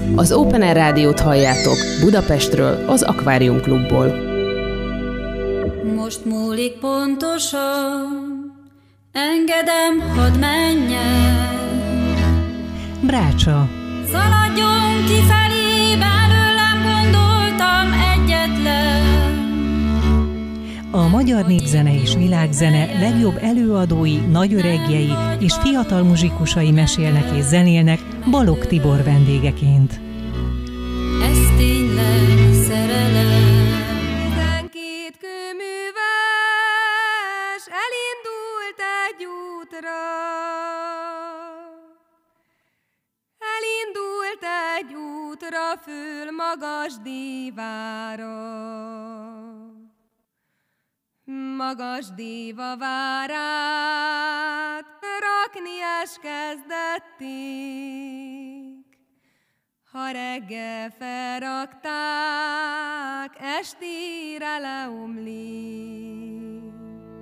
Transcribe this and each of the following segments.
Az Open Air Rádiót halljátok Budapestről, az Akvárium Klubból. Most múlik pontosan, engedem, hadd menjen. Brácsa. Szaladjon kifelé, belőlem gondoltam egyetlen. A magyar népzene és világzene legjobb előadói, nagyöregjei és fiatal muzsikusai mesélnek és zenélnek Balogh Tibor vendégeként. Ez tényleg szerelem. 12 kőműves elindult egy útra. Elindult egy útra föl Magasdívára. Magasdíva várát rakni kezdették. Ha reggel felrakták, estére leomlik.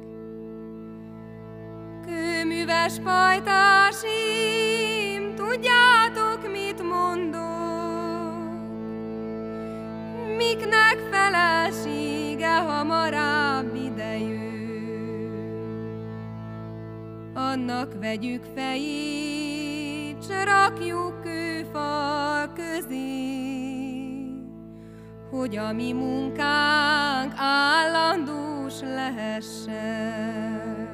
Kőműves pajtásim, tudjátok, mit mondok? Miknek felesége hamarabb idejön? Annak vegyük fejét, s rakjuk kőfal közé, hogy a mi munkánk állandós lehessen.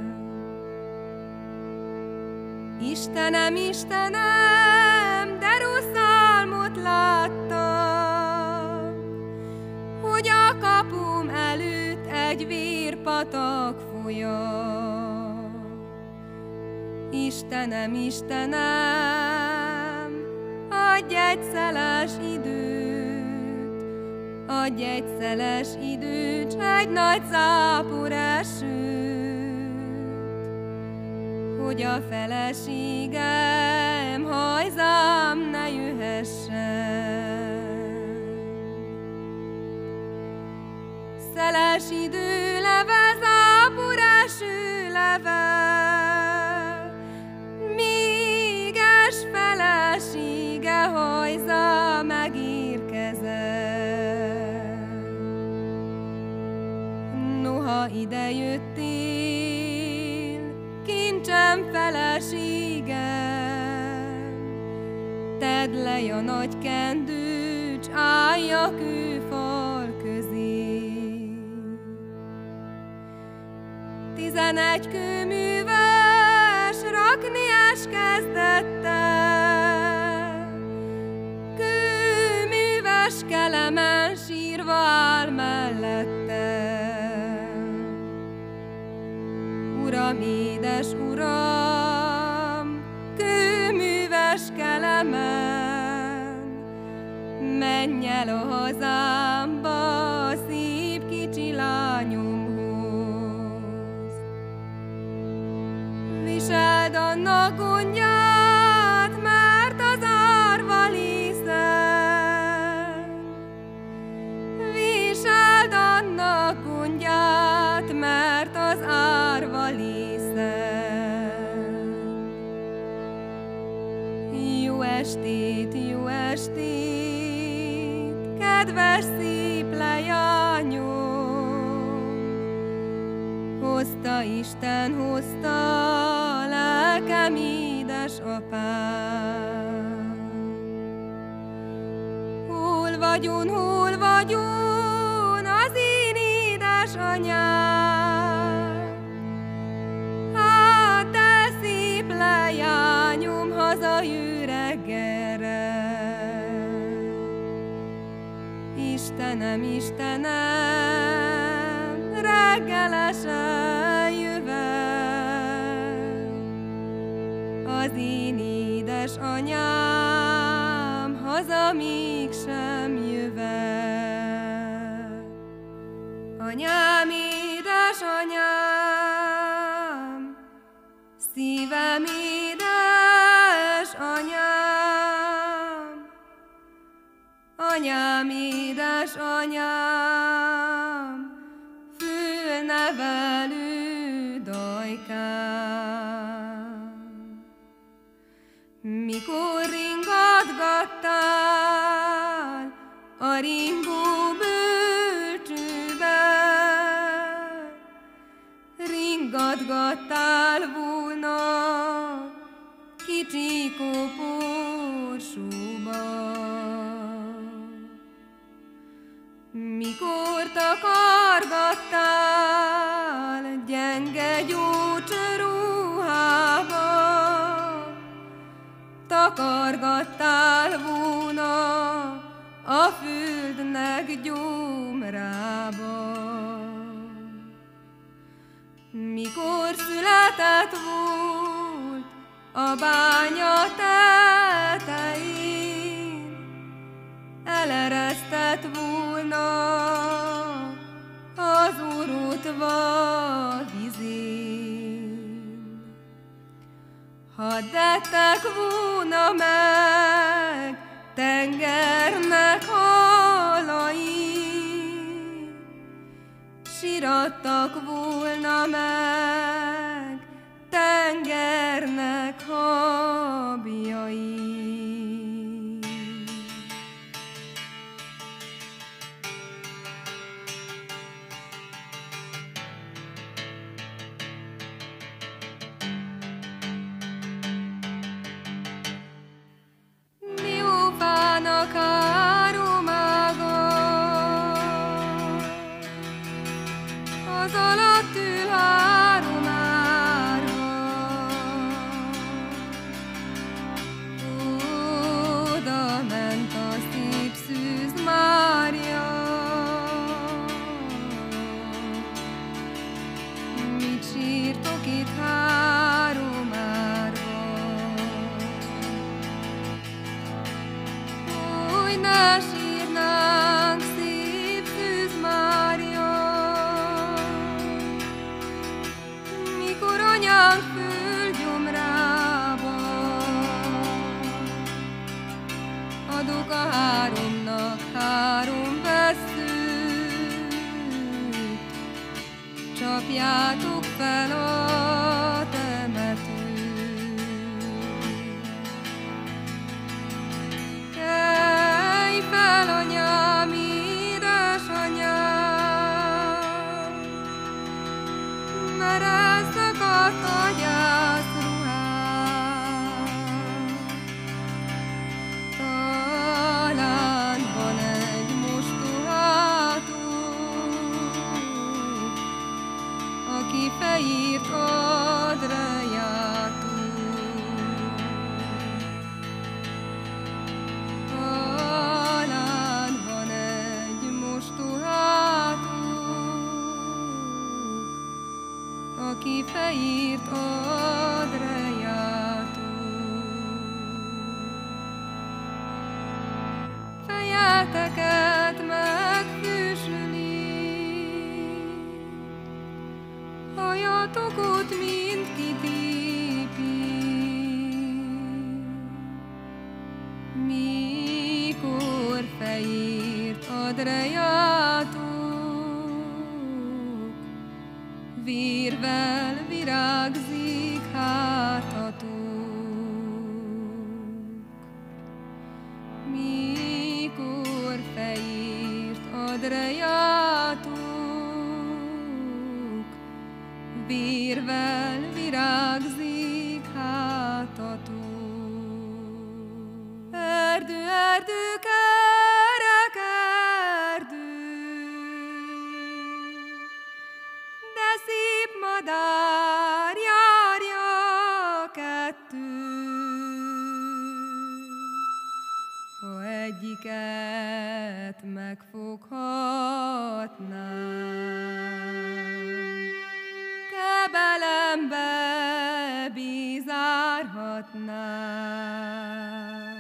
Istenem, Istenem, de rossz álmot láttam, hogy a kapum előtt egy vérpatak folyam. Istenem, Istenem, adj egy szeles időt, adj egy szeles időt, s egy nagy zápor esőt, hogy a feleségem hajzám ne jöhessen. Szeles idő leve, zápor eső leve, míges felesége hajza megérkezett. Noha idejöttél, kincsem feleségem, tedd le a nagy kendőt, s állj a kőfal közé. 11 kőműves rakni kezdette, kőműves kelemen sírva áll mellette. Uram, édes uram, kőműves kelemen, menj el a hazámba, a szép kicsi lányomhoz. Viseld annak gondját, mert az árva lészen. Viseld annak gondját, mert az árva lészen. Jó estét, jó estét, kedves szép leányom, hozta Isten, hozta lelkem édesapám. Hol vagyon az én édesanyám? Hát te szép leányom, hazajő reggelre. Istenem, Istenem, reggelesen jövet, az én édesanyám haza mégsem jövet. Anyám, édesanyám, szívem édesanyám, anyám, édesanyám, fülnevelő dajkám. Mikor ringatgattál ringó bölcsőbe ringatgattál volna kicsi koporsóba. Mikor takargattál gyenge gyógyruhába, takargattál volna a földnek gyomrába. Mikor született volt a bánya tetején, eleresztett volna az orrotva vizén. Hadd ettek volna meg tengernek halai, sirattak volna meg tengernek habjai. Diófának áromága, az alatt ül három árva. Oda ment a szép Szűz Mária, mit sírtok itt három árva? Hogy ne sírnánk, szép Szűz Mária, mikor anyánk földgyomrába. Adok a háromnak három veszőt, csapjátok fel a temetőt. Kelj fel, anyám, édesanyám, mert elszakadt a gyászruhám. Talán van egy mostohátok, aki felírt Adriátot. Talán van egy mostohátok, aki felírt Adriátot. Fejeteket megfűsöli, hajatokat mind kitépi. Mikor felírt Adriátok, vérvel virágzik hátatok. Mikor felírt Adriátok, vérvel virágzik hátatok. Erdő, erdő, kerek erdő, de szép madár járja kettő. Ha egyiket megfoghatnám, kebelembe bizárhatnám,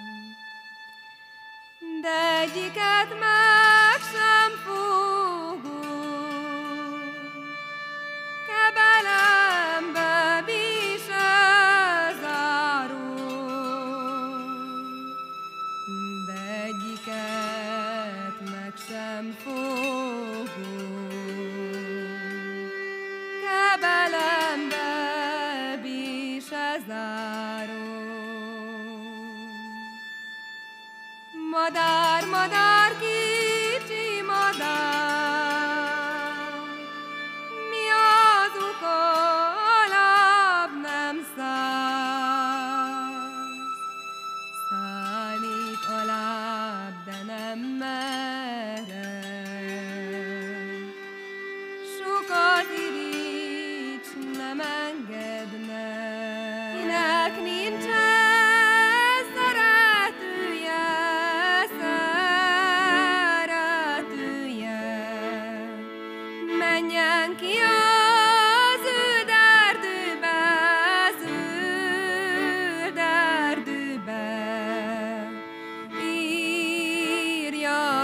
de egyiket meg sem fogom, kebelembe bise zárom, de egyiket meg sem fogom, kebelembe bise zárom. Madár, madár, ki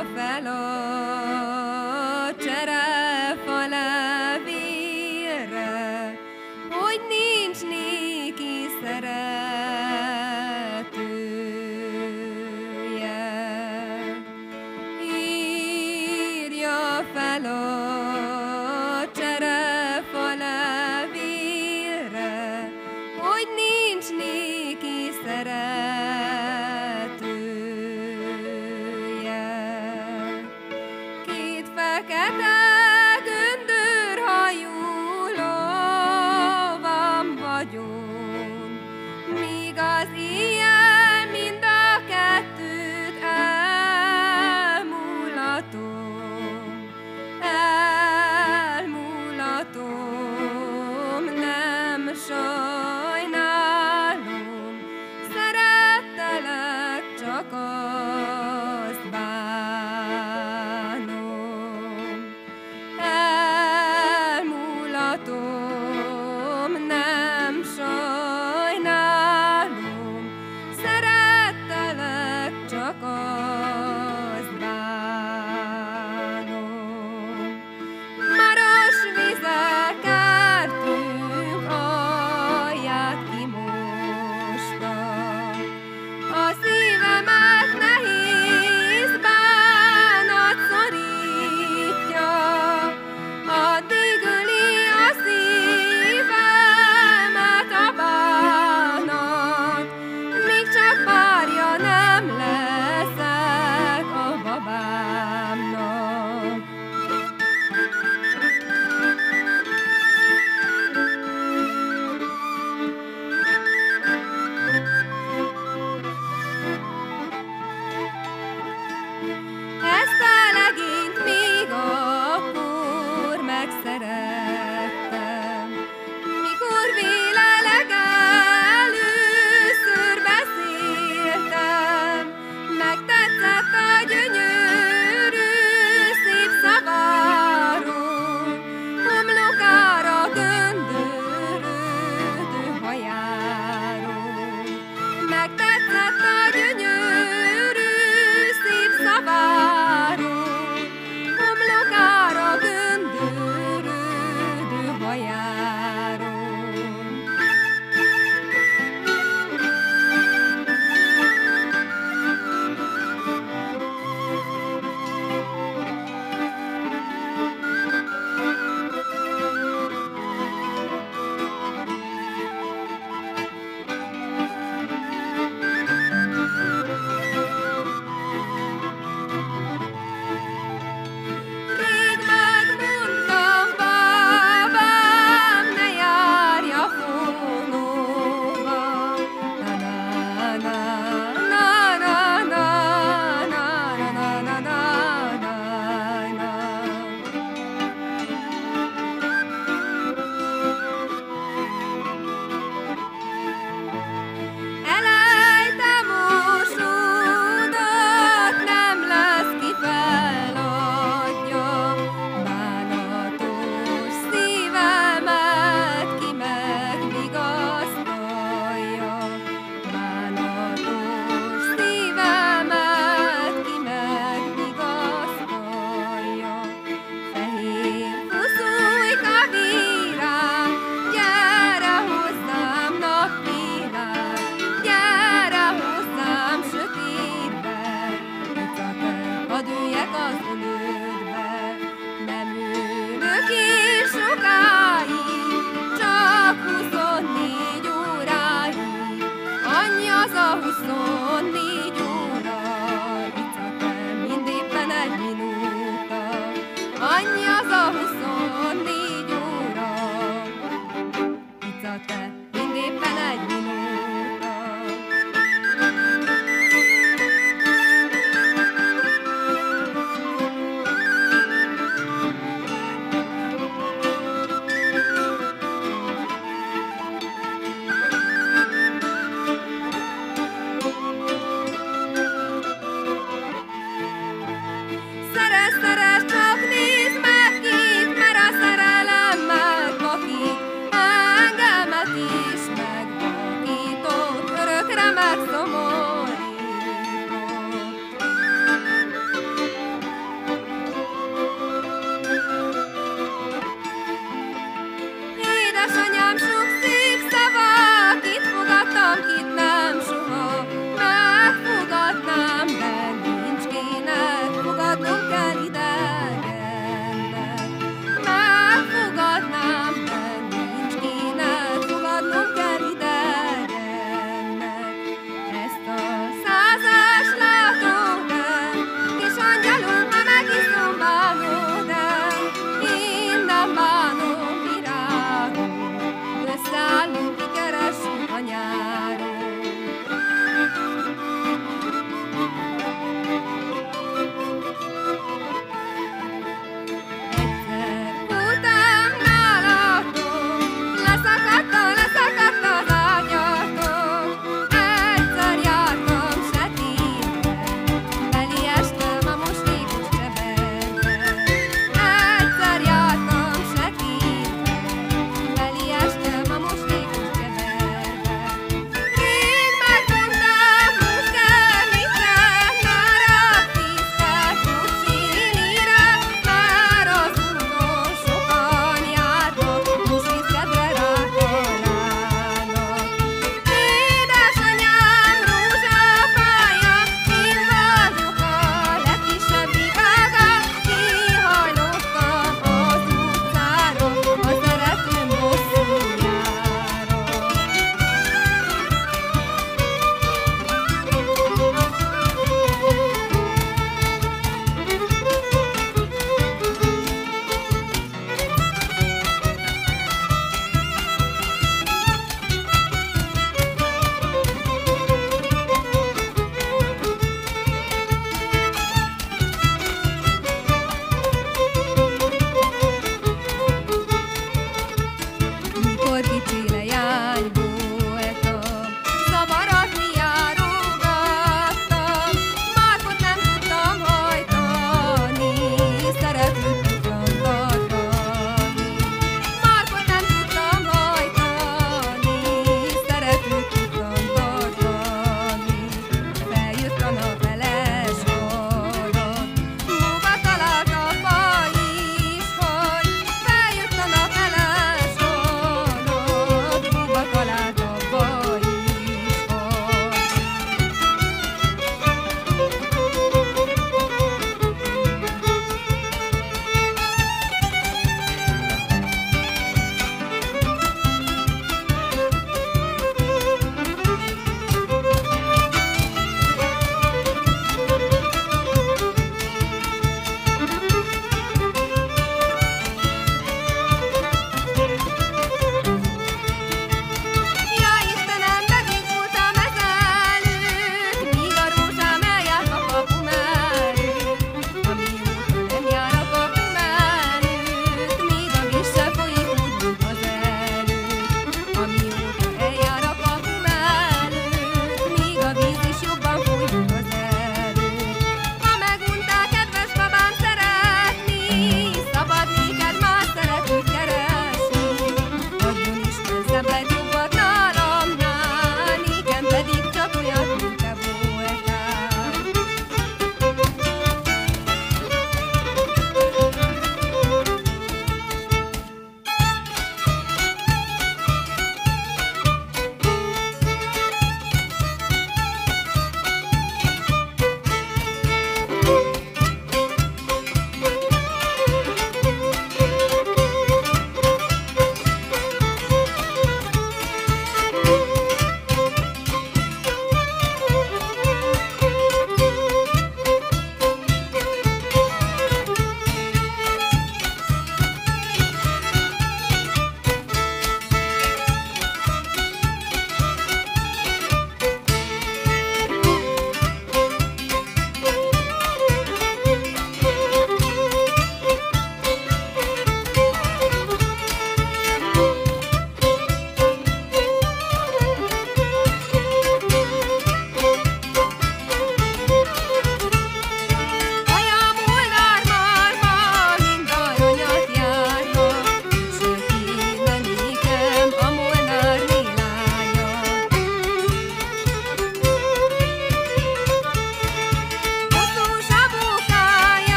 fel a cserefa levélre, hogy nincs néki szeretője. Írja fel a cserefa levélre, hogy nincs néki szeretője. Két fekete göndörhajú lovam vagyok, míg az éjjel mind a kettőt elmúlatom, nem sajnálom, szerettelek, csak azt bánom. Elmúlatom, nem sajnálom, szerettelek, csak azt bánom. Maros vizek kertünk alját kimosta, a szívemet nehéz bánat szorítja, addig öli a szívemet a bánat, míg csak párja nem leszek a babámnak. Ezt a legényt még akkor megszerettem, mikor véleleg először beszéltem. Megtetszett a gyönyörű szép szaváról, homlokára göndörődő hajáról. Megtetszett a gyönyörű szép szaváról, homlokára göndörődő hajáról. Rég megmondtam babám, ne járj a fonóba. Na na na na na na na na na na na. Elejtem orsódat, nem lesz ki feladja, bánatos szívemet ki megvigasztalja. Bánatos szívemet ki megvigasztalja. Fehér fuszújka virág, gyere hozzám napvilág, gyere hozzám sötétbe, icate, hadd üljek az ülődbe. Nem ülök én sokáig, csak 24 óráig, annyi az a 24 óra, icate, mindéppen egy minúta, annyi az a 24 óra, icate, mindéppen egy minúta. Szeres, szeres, csak nézd meg kit, mert a szerelem megvakít, engemet is megvakított, örökre megszomorít.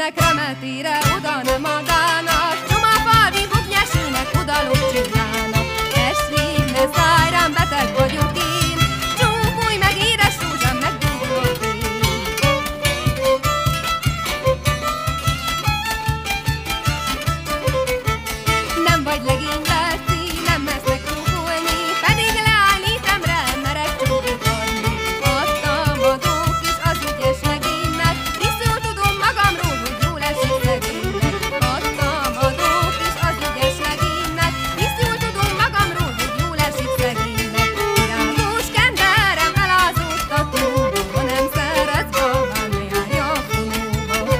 Ülnek remetére, oda nem adának, csoma falvi buknyesülnek, oda lócsigának. Esvég, ne szállj rám, beteg vagyok én, csókolj meg édes rózsám, megdúlok én. Nem vagy legény lelci, nem mersz megcsókolni, pedig leállni szemre, merek csókot adni. Adtam adók is az ügyes legénynek, viszont tudom magamról, hogy jól esik szegénynek. Adtam adók is az ügyes legénynek, viszont tudom magamról, hogy jól esik szegénynek. Virágos kenderem elázott a tóba, ha nem szeretsz babán, ne járj a fonóba.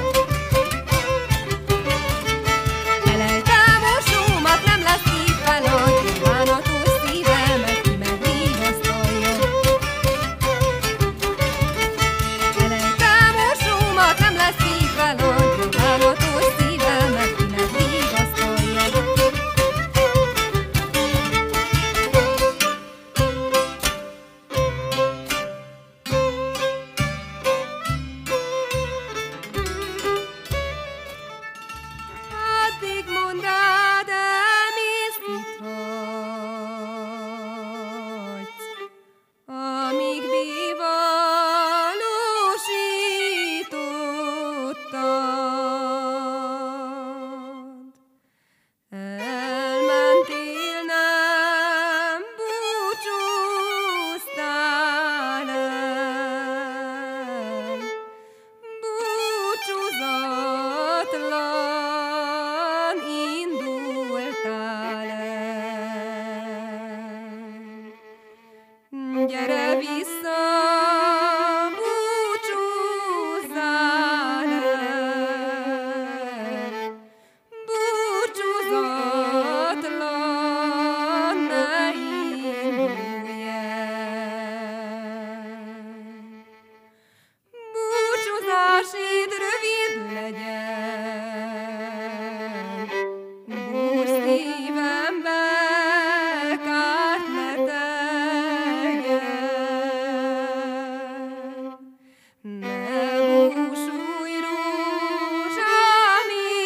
Elejtem mosómat, nem lesz így feladni, bánatos szívemet ki megvigasztalja. Elejtem mosómat, nem lesz így feladni, bánatos szívemet ki megvigasztalja. Addig mondd el, de elmész, mit hagysz, amíg bivalósítottad. Elmentél, nem búcsúztál el, búcsúzatlan indultál el. Gyere vissza, búcsúzzál el, búcsúzatlan ne indulj el. Búcsúzásid rövid legyen, búcs szívembe kárt ne tegyen. Ne búsulj rózsám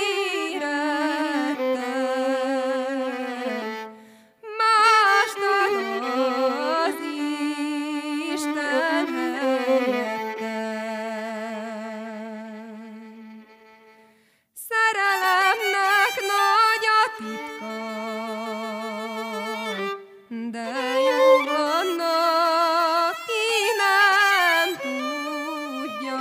érettem, mást ad az Isten helyettem. Szerelemnek nagy a titka, de jó annak, ki nem tudja.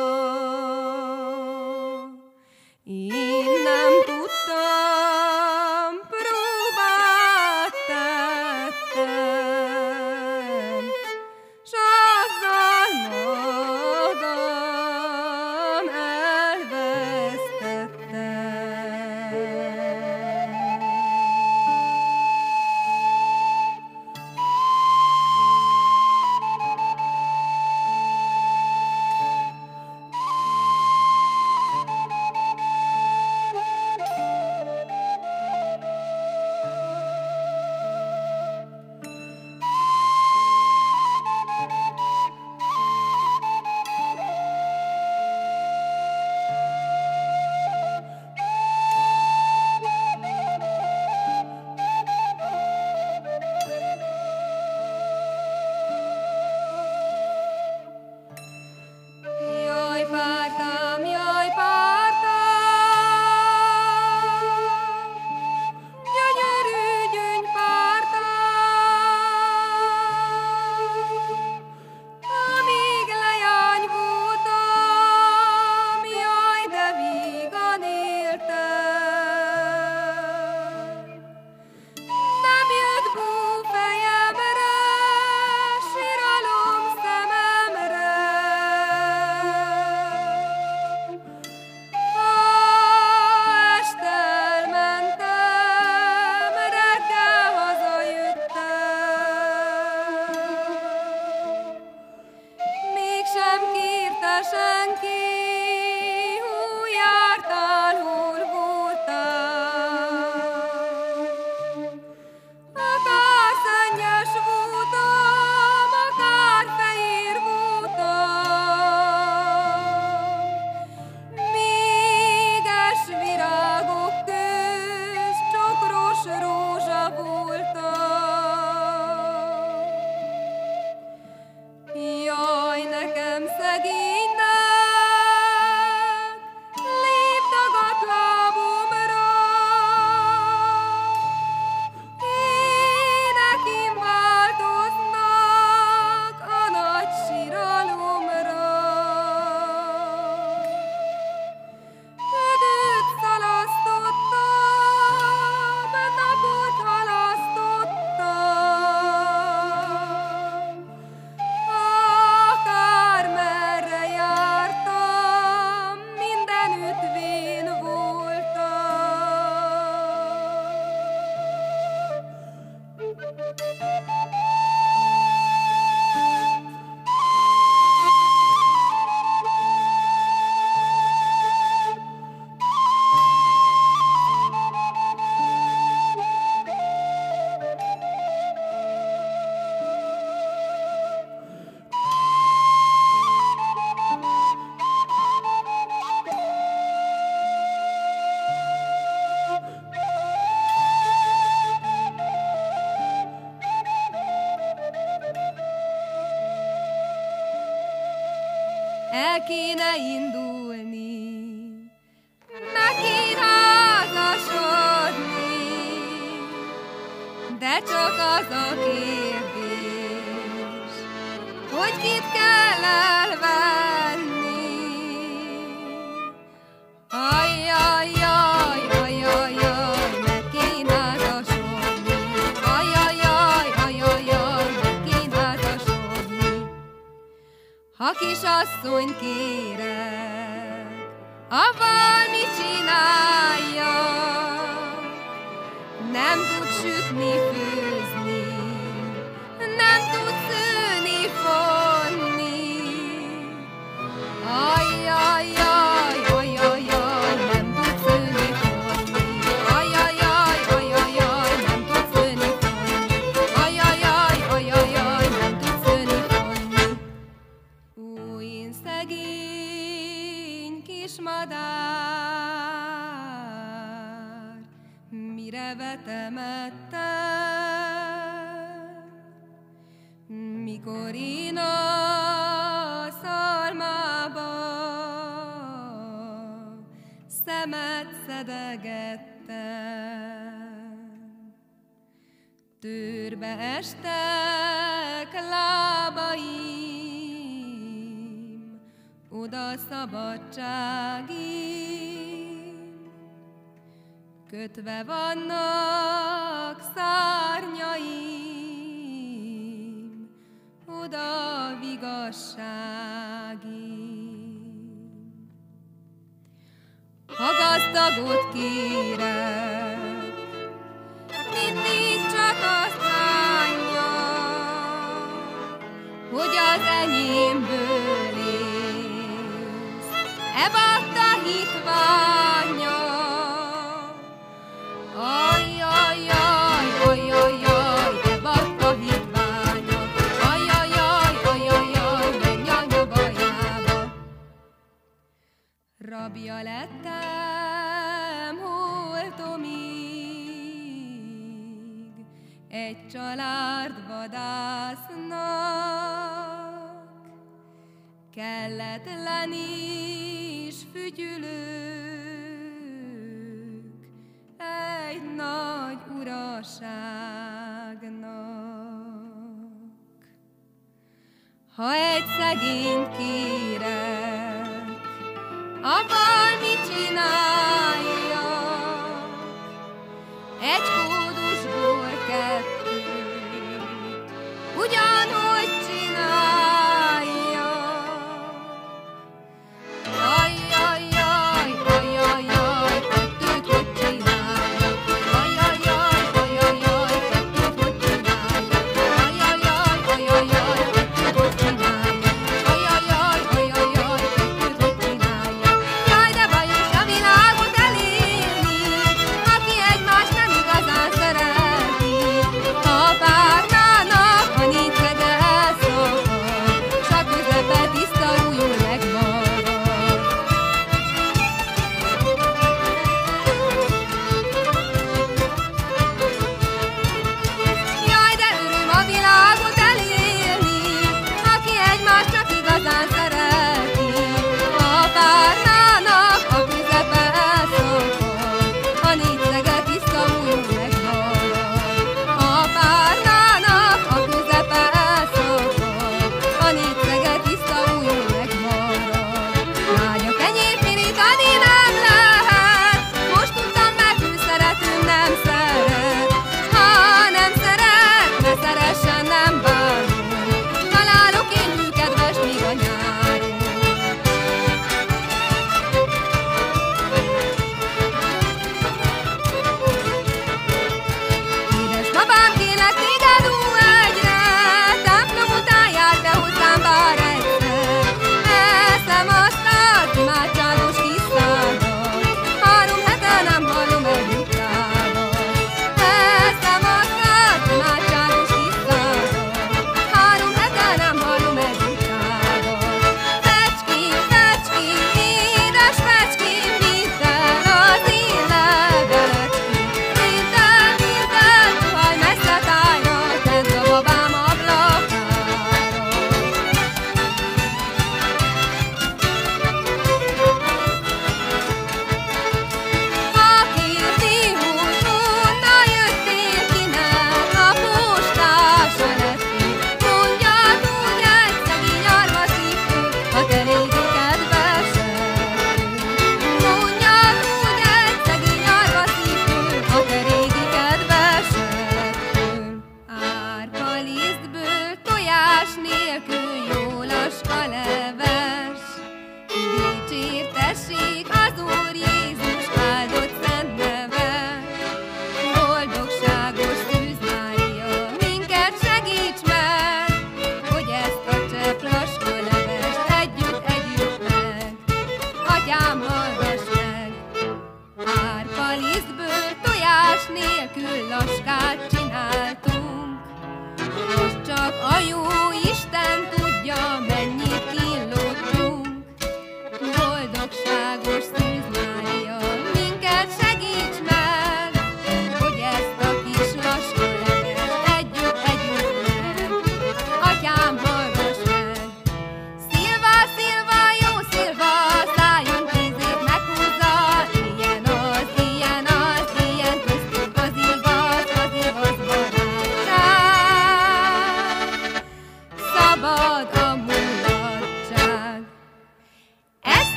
Én nem tudtam, próbát tettem, s azzal magam el kéne indulni, neki házasodni, de csak az a kérdés, hogy kit kell elvenni. Ajjajjaj, ajjajjaj, meg kéne házasodni, ajjajjaj, ajjajjaj, meg kéne házasodni. Ha kisasszony kérek, avval mit csináljak? Nem tud sütni, főzni, nem tud szőni, fonni. Ajjajjaj, ajjajjaj, nem tud szőni, fonni. Ajjajjaj, ajjajjaj, nem tud szőni, fonni. Ajjajjaj, ajjajjaj, nem tud szőni, fonni. Ó, én szegény kismadár, mire vetemettem, mikor én a szalmába szemet szedegettem. Tőrbe estek lábaim, oda szabadságim, kötve vannak szárnyaim, oda vigasságim. Ha gazdagot kérek, mindig csak azt bánja, hogy az enyémből élsz, e vadda hitványa. Ajjajjaj, ajjajjaj, e vadda hitványa, ajjajjaj, ajjajjaj, menj a nyavajába. Rabja lettem holtomig, egy család vadásznak, kelletlen is fügyülők egy nagy uraságnak. Ha egy szegényt kérek, avval mit csináljak? Egy kódusból kettőt ugyanúgy csináljak. Ajjajjaj, ajjajjaj, kettőt hogy csináljak? Ajjajjaj, ajjajjaj, kettőt hogy csináljak? Ajjajjaj, ajjajjaj, kettőt hogy csináljak? Ajjajjaj, ajjajjaj, kettőt hogy csináljak? Jaj, de bajos a világot elérni, aki egymást nem igazán szereti. Ha várnának a négy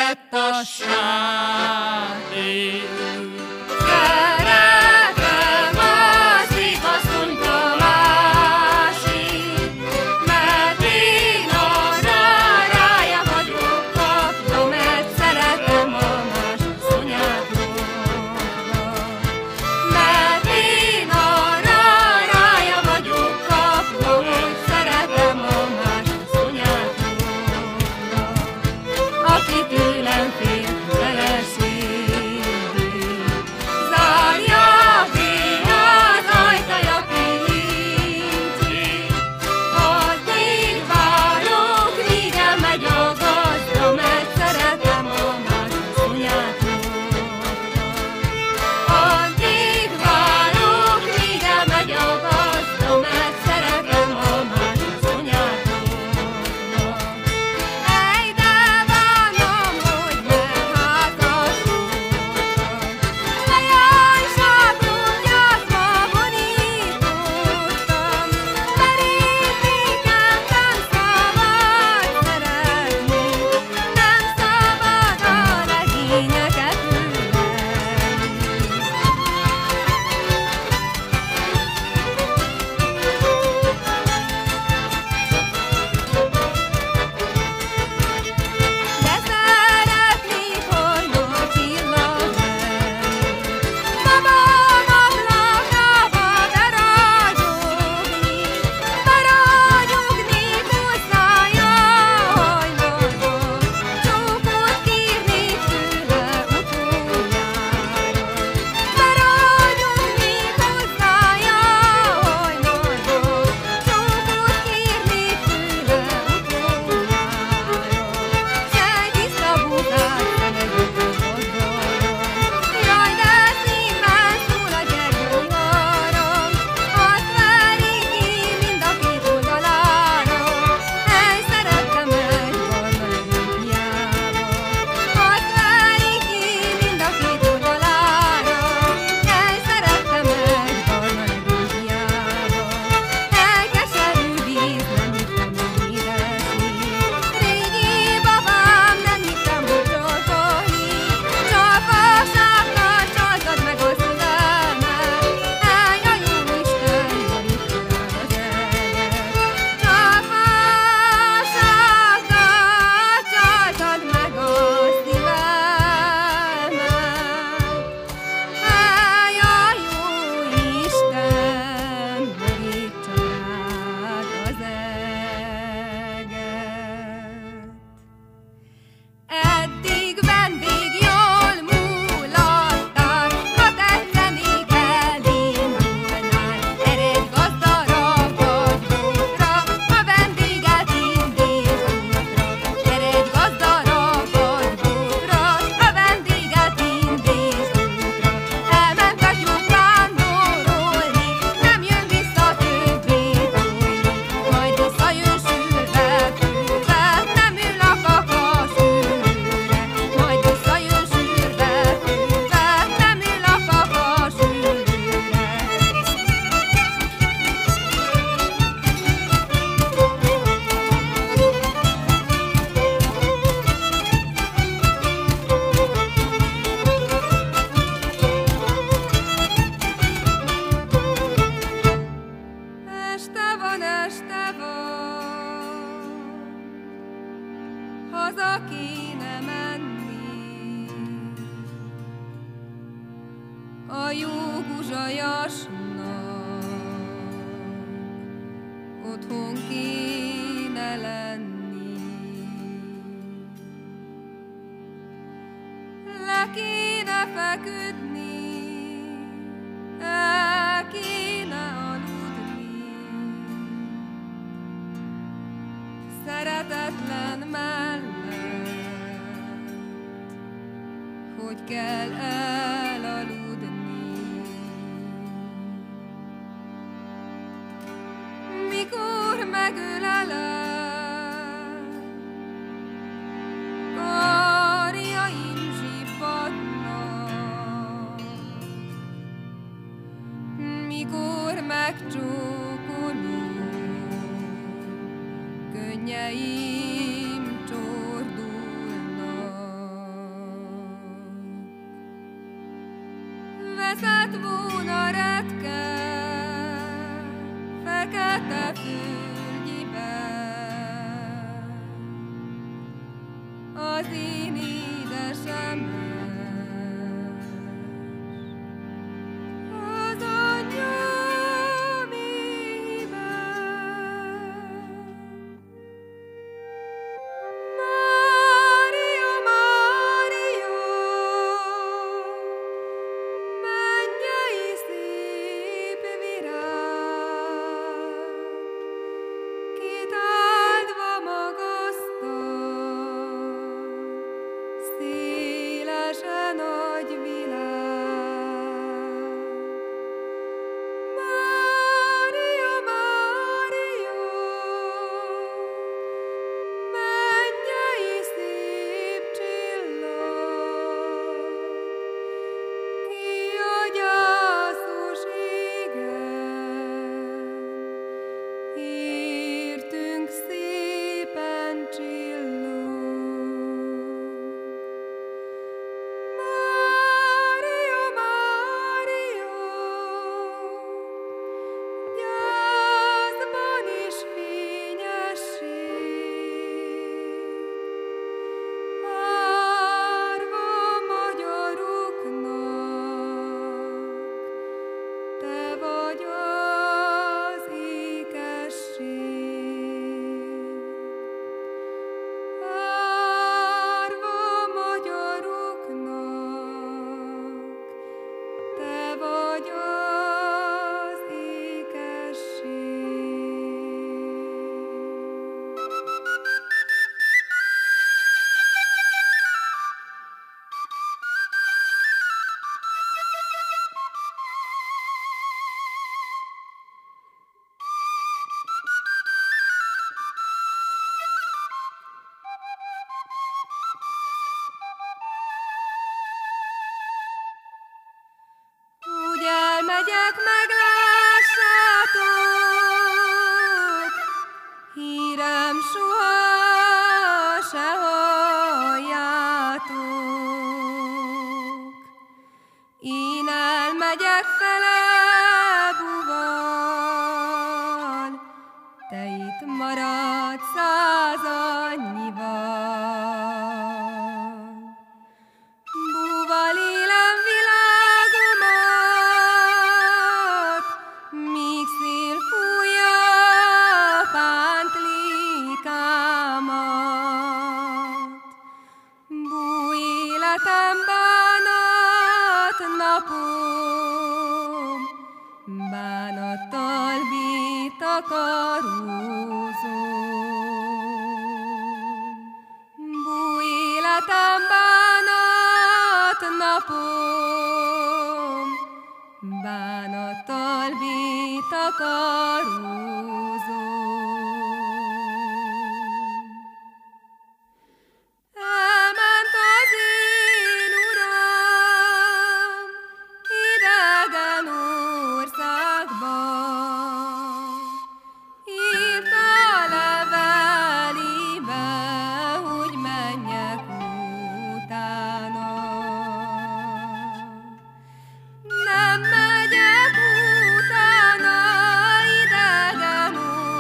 lett a sáté. Szeretem másik, azt mondta másik, mert én arra rája vagyok kapva, mert szeretem a más asszonyát jobban. Mert én arra rája vagyok kapva, hogy szeretem a más asszonyát jobban. Aki tőlem fél feleségé, zárja ki az ajtaja kilincsé. Addig várok, míg elmegy a gazda, mert szeretem a más asszonyát jobban. Addig várok, míg elmegy a gazda, mert szeretem a más asszonyát jobban. Ej, de bánom, hogy megházasodtam. De jaj, sátornyát ma vonítottam, mert én nékem nem szabad szeretni, nem szabad a legényeket ölelni. De szeretnék hajnal csillag lenni, babám ablakába beragyogni hozzája hajnalban, csókot kérnék tőle utoljára. Beragyogni hozzája hajnalban, csókot kérnék tőle utoljára. Sej tiszta búzát szemeget a vaddalam, jaj, de szívben szól a gyermeki harang, azt verik ki mind a két oldalára. Ej, szerettem egy barna legény hiába, azt verik ki mind a két oldalára. Ej, szerettem egy barna legény hiába, ej, keserű víz, nem hittem megérezni. Régi babám, nem hittem, hogy csalkodni, csalfasággal csaltad meg a szívemet. Ej, a jóisten, borítsd el az eget. Csalfasággal csaltad meg a szívemet. Ej, a jóisten, borítsa rád az eget. Eddig vendég jól múlottál, ha tetszenék elindulnál. Eredj gazda ragadóra, ha vendéget indíts útra. Eredj gazda ragadóra, ha vendéget indíts útra. Elment a tyúk vándorolni, nem jön vissza többé bújni. Majd visszajön sülve főve, nem ül a kakas ülőre. Majd visszajön sülve főve, nem ül a kakas ülőre. Este van, haza kéne menni. A jó guzsajasnak otthon kéne lenni. Le kéne feküdni, el kéne aludni. Szeretetlen mellett, hogy kell elaludni. Mikor megölelem, karjaim zsibbadnak. Mikor megcsókolom, könnyeim csordulnak. veszett volna retke, fekete fülgyiben, az én édesemet. Az anyám éven. Mária, Mária, mennyei szép virág, kit áldva magasztal, széles a nagy világ. Mária, Mária, mennyei szép csillag, ki a gyászos égen, értünk szépen csillog. Mária, Mária, gyászban is fényesség, árva magyaroknak, te vagy az ékesség. Árva magyaroknak, te vagy az ékesség. Úgy elmegyek, meglássátok, hírem soha se halljátok. Én elmegyek fele buval, te itt maradsz 100 annyival. Búval élem világomat, míg szél fújja pántlikámat. Bú életem bánat napom, bánattal betakarózom. Bú életem bánat napom, bánattal betakarózom. Elment az én uram idegen országba, írta a levelébe, hogy menjek utána. Nem megyek utána idegen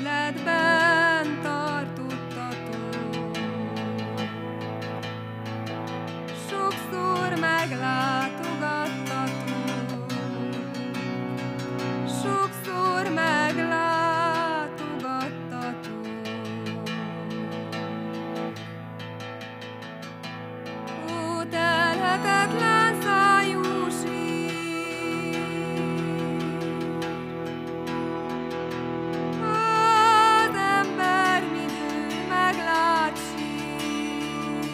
életben tartottatok. Sokszor meglátogattatok, sokszor meglátogattatok. Ó, telhetetlen szájú sír, az ember midő meglát sír.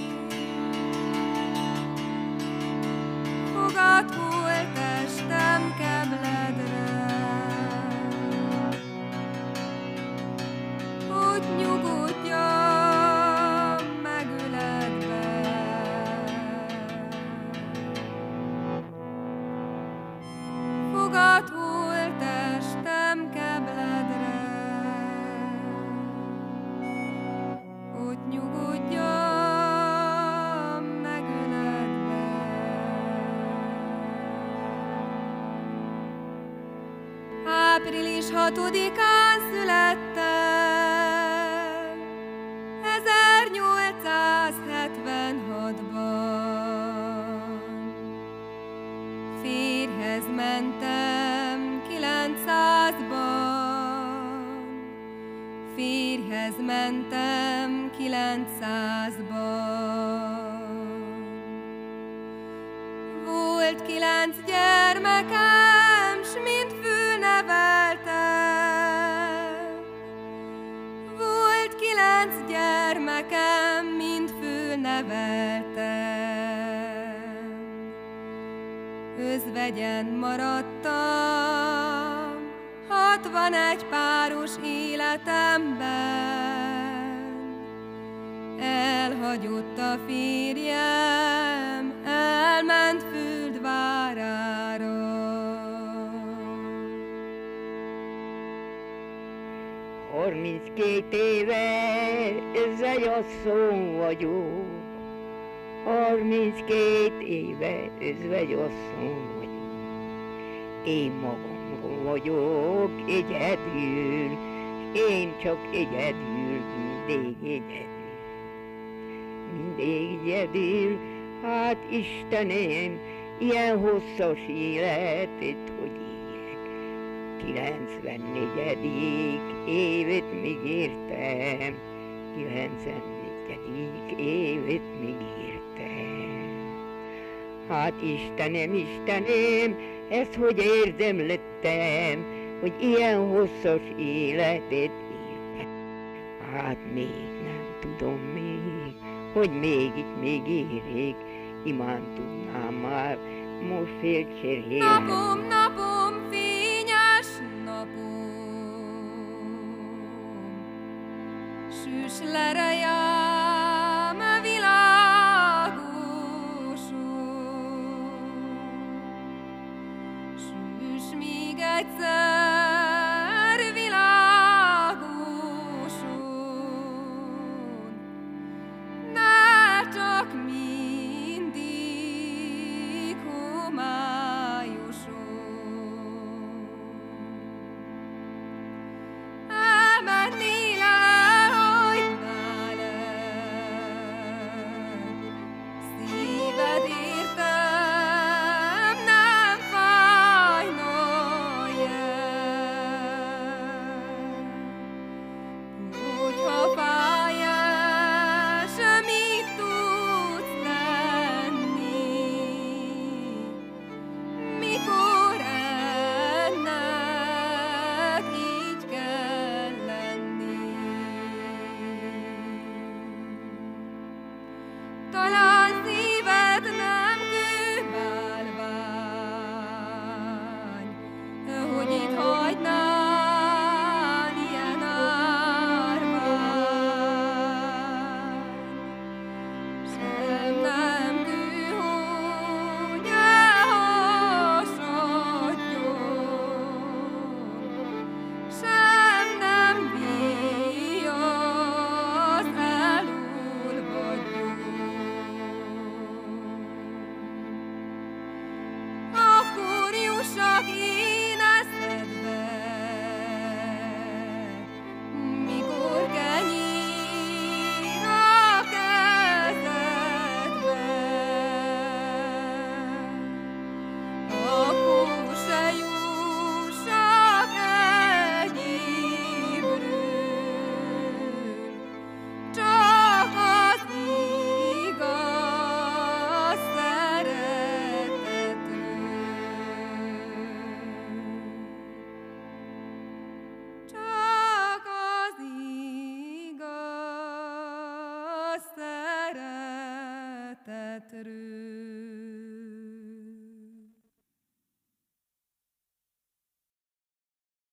Fogad volt testem kebledre, hogy nyugodjam meg öledbe. Fogad volt testem kebledre, hogy nyugodjam meg öledbe. Április 6-án születtem, 1876-ban. Férjhez mentem 900-ban, férjhez mentem 900-ban. Volt 9 gyermekem, s mind fölneveltem. Volt 9 gyermekem, mind fölneveltem. Özvegyen maradtam 61 páros életemben. Elhagyott a férjem, elment Földvárára. 32 éve özvegyasszony vagyok, 32 éve özvegyasszony vagyok. Én magamról vagyok egyedül, én csak egyedül, mindig egyedül. Mindig egyedül, hát Istenem, ilyen hosszas életet, hogy éljek. 94. évet még értem, 94. évet még értem. Hát Istenem, Istenem, ezt hogy érdemlettem, hogy ilyen hosszas életet éltem. Hát még nem tudom még, hogy még itt még érek, imán tudnám már most félcserélni. Napom, napom, fényes napom, süss lerejám világosul, süss még egyszer világosul, ne csak mindig homályosul. Elmennél el, hogy nál áttörő